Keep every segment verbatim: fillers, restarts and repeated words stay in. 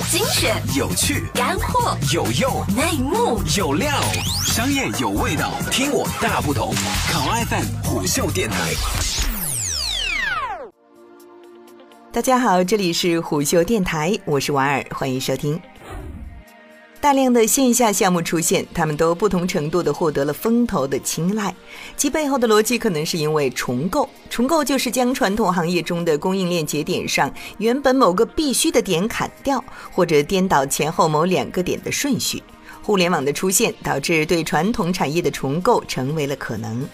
精选、 有趣、 干货、 有用、 内幕、 有料，商业有味道，听我大不同。考 F M 虎嗅电台。 大家好，这里是虎嗅电台，我是婉儿，欢迎收听。大量的线下项目出现，他们都不同程度地获得了风投的青睐，其背后的逻辑可能是因为重构。重构就是将传统行业中的供应链节点上原本某个必须的点砍掉，或者颠倒前后某两个点的顺序。互联网的出现导致对传统产业的重构成为了可能。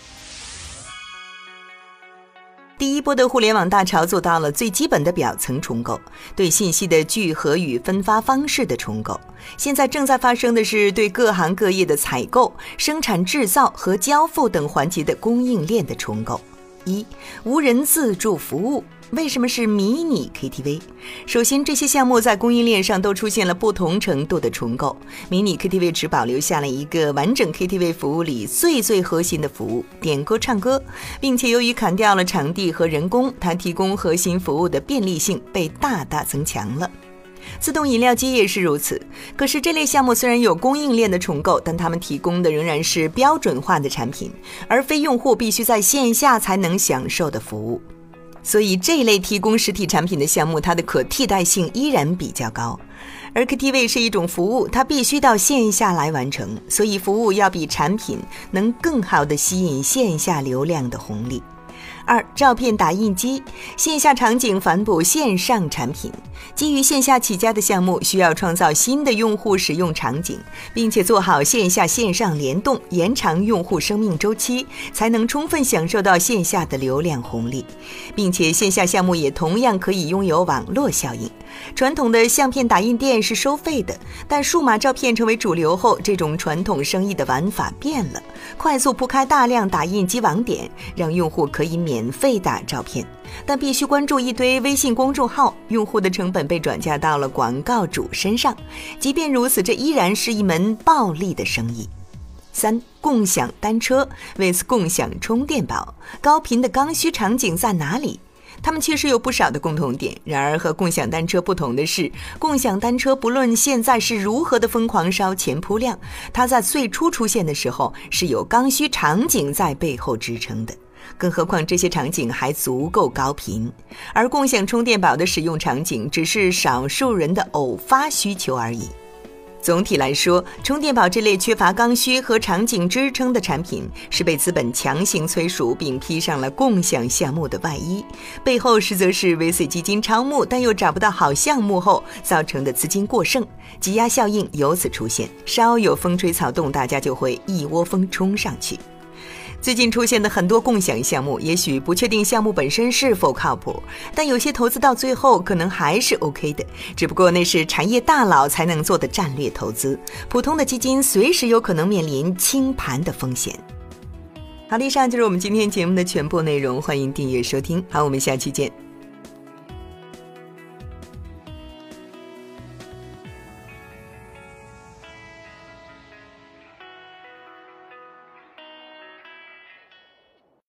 第一波的互联网大潮做到了最基本的表层重构，对信息的聚合与分发方式的重构。现在正在发生的是对各行各业的采购、生产制造和交付等环节的供应链的重构。一、无人自助服务。为什么是迷你 K T V？ 首先，这些项目在供应链上都出现了不同程度的重构。迷你 K T V 只保留下了一个完整 K T V 服务里最最核心的服务——点歌唱歌，并且由于砍掉了场地和人工，它提供核心服务的便利性被大大增强了。自动饮料机也是如此，可是这类项目虽然有供应链的重构，但他们提供的仍然是标准化的产品，而非用户必须在线下才能享受的服务。所以这一类提供实体产品的项目，它的可替代性依然比较高。而 K T V 是一种服务，它必须到线下来完成，所以服务要比产品能更好地吸引线下流量的红利。二、照片打印机，线下场景反哺线上产品。基于线下起家的项目需要创造新的用户使用场景，并且做好线下线上联动，延长用户生命周期，才能充分享受到线下的流量红利。并且线下项目也同样可以拥有网络效应。传统的相片打印店是收费的，但数码照片成为主流后，这种传统生意的玩法变了，快速铺开大量打印机网点，让用户可以免费打照片，但必须关注一堆微信公众号，用户的成本被转嫁到了广告主身上。即便如此，这依然是一门暴利的生意。三、共享单车 vs 共享充电宝，高频的刚需场景在哪里？它们确实有不少的共同点，然而和共享单车不同的是，共享单车不论现在是如何的疯狂烧钱铺量，它在最初出现的时候是有刚需场景在背后支撑的，更何况这些场景还足够高频。而共享充电宝的使用场景只是少数人的偶发需求而已。总体来说，充电宝这类缺乏刚需和场景支撑的产品是被资本强行催熟并披上了共享项目的外衣，背后实则是 V C 基金招募但又找不到好项目后造成的资金过剩，挤压效应由此出现，稍有风吹草动，大家就会一窝蜂冲上去。最近出现的很多共享项目，也许不确定项目本身是否靠谱，但有些投资到最后可能还是 OK 的，只不过那是产业大佬才能做的战略投资，普通的基金随时有可能面临清盘的风险。好的，以上就是我们今天节目的全部内容，欢迎订阅收听，好，我们下期见。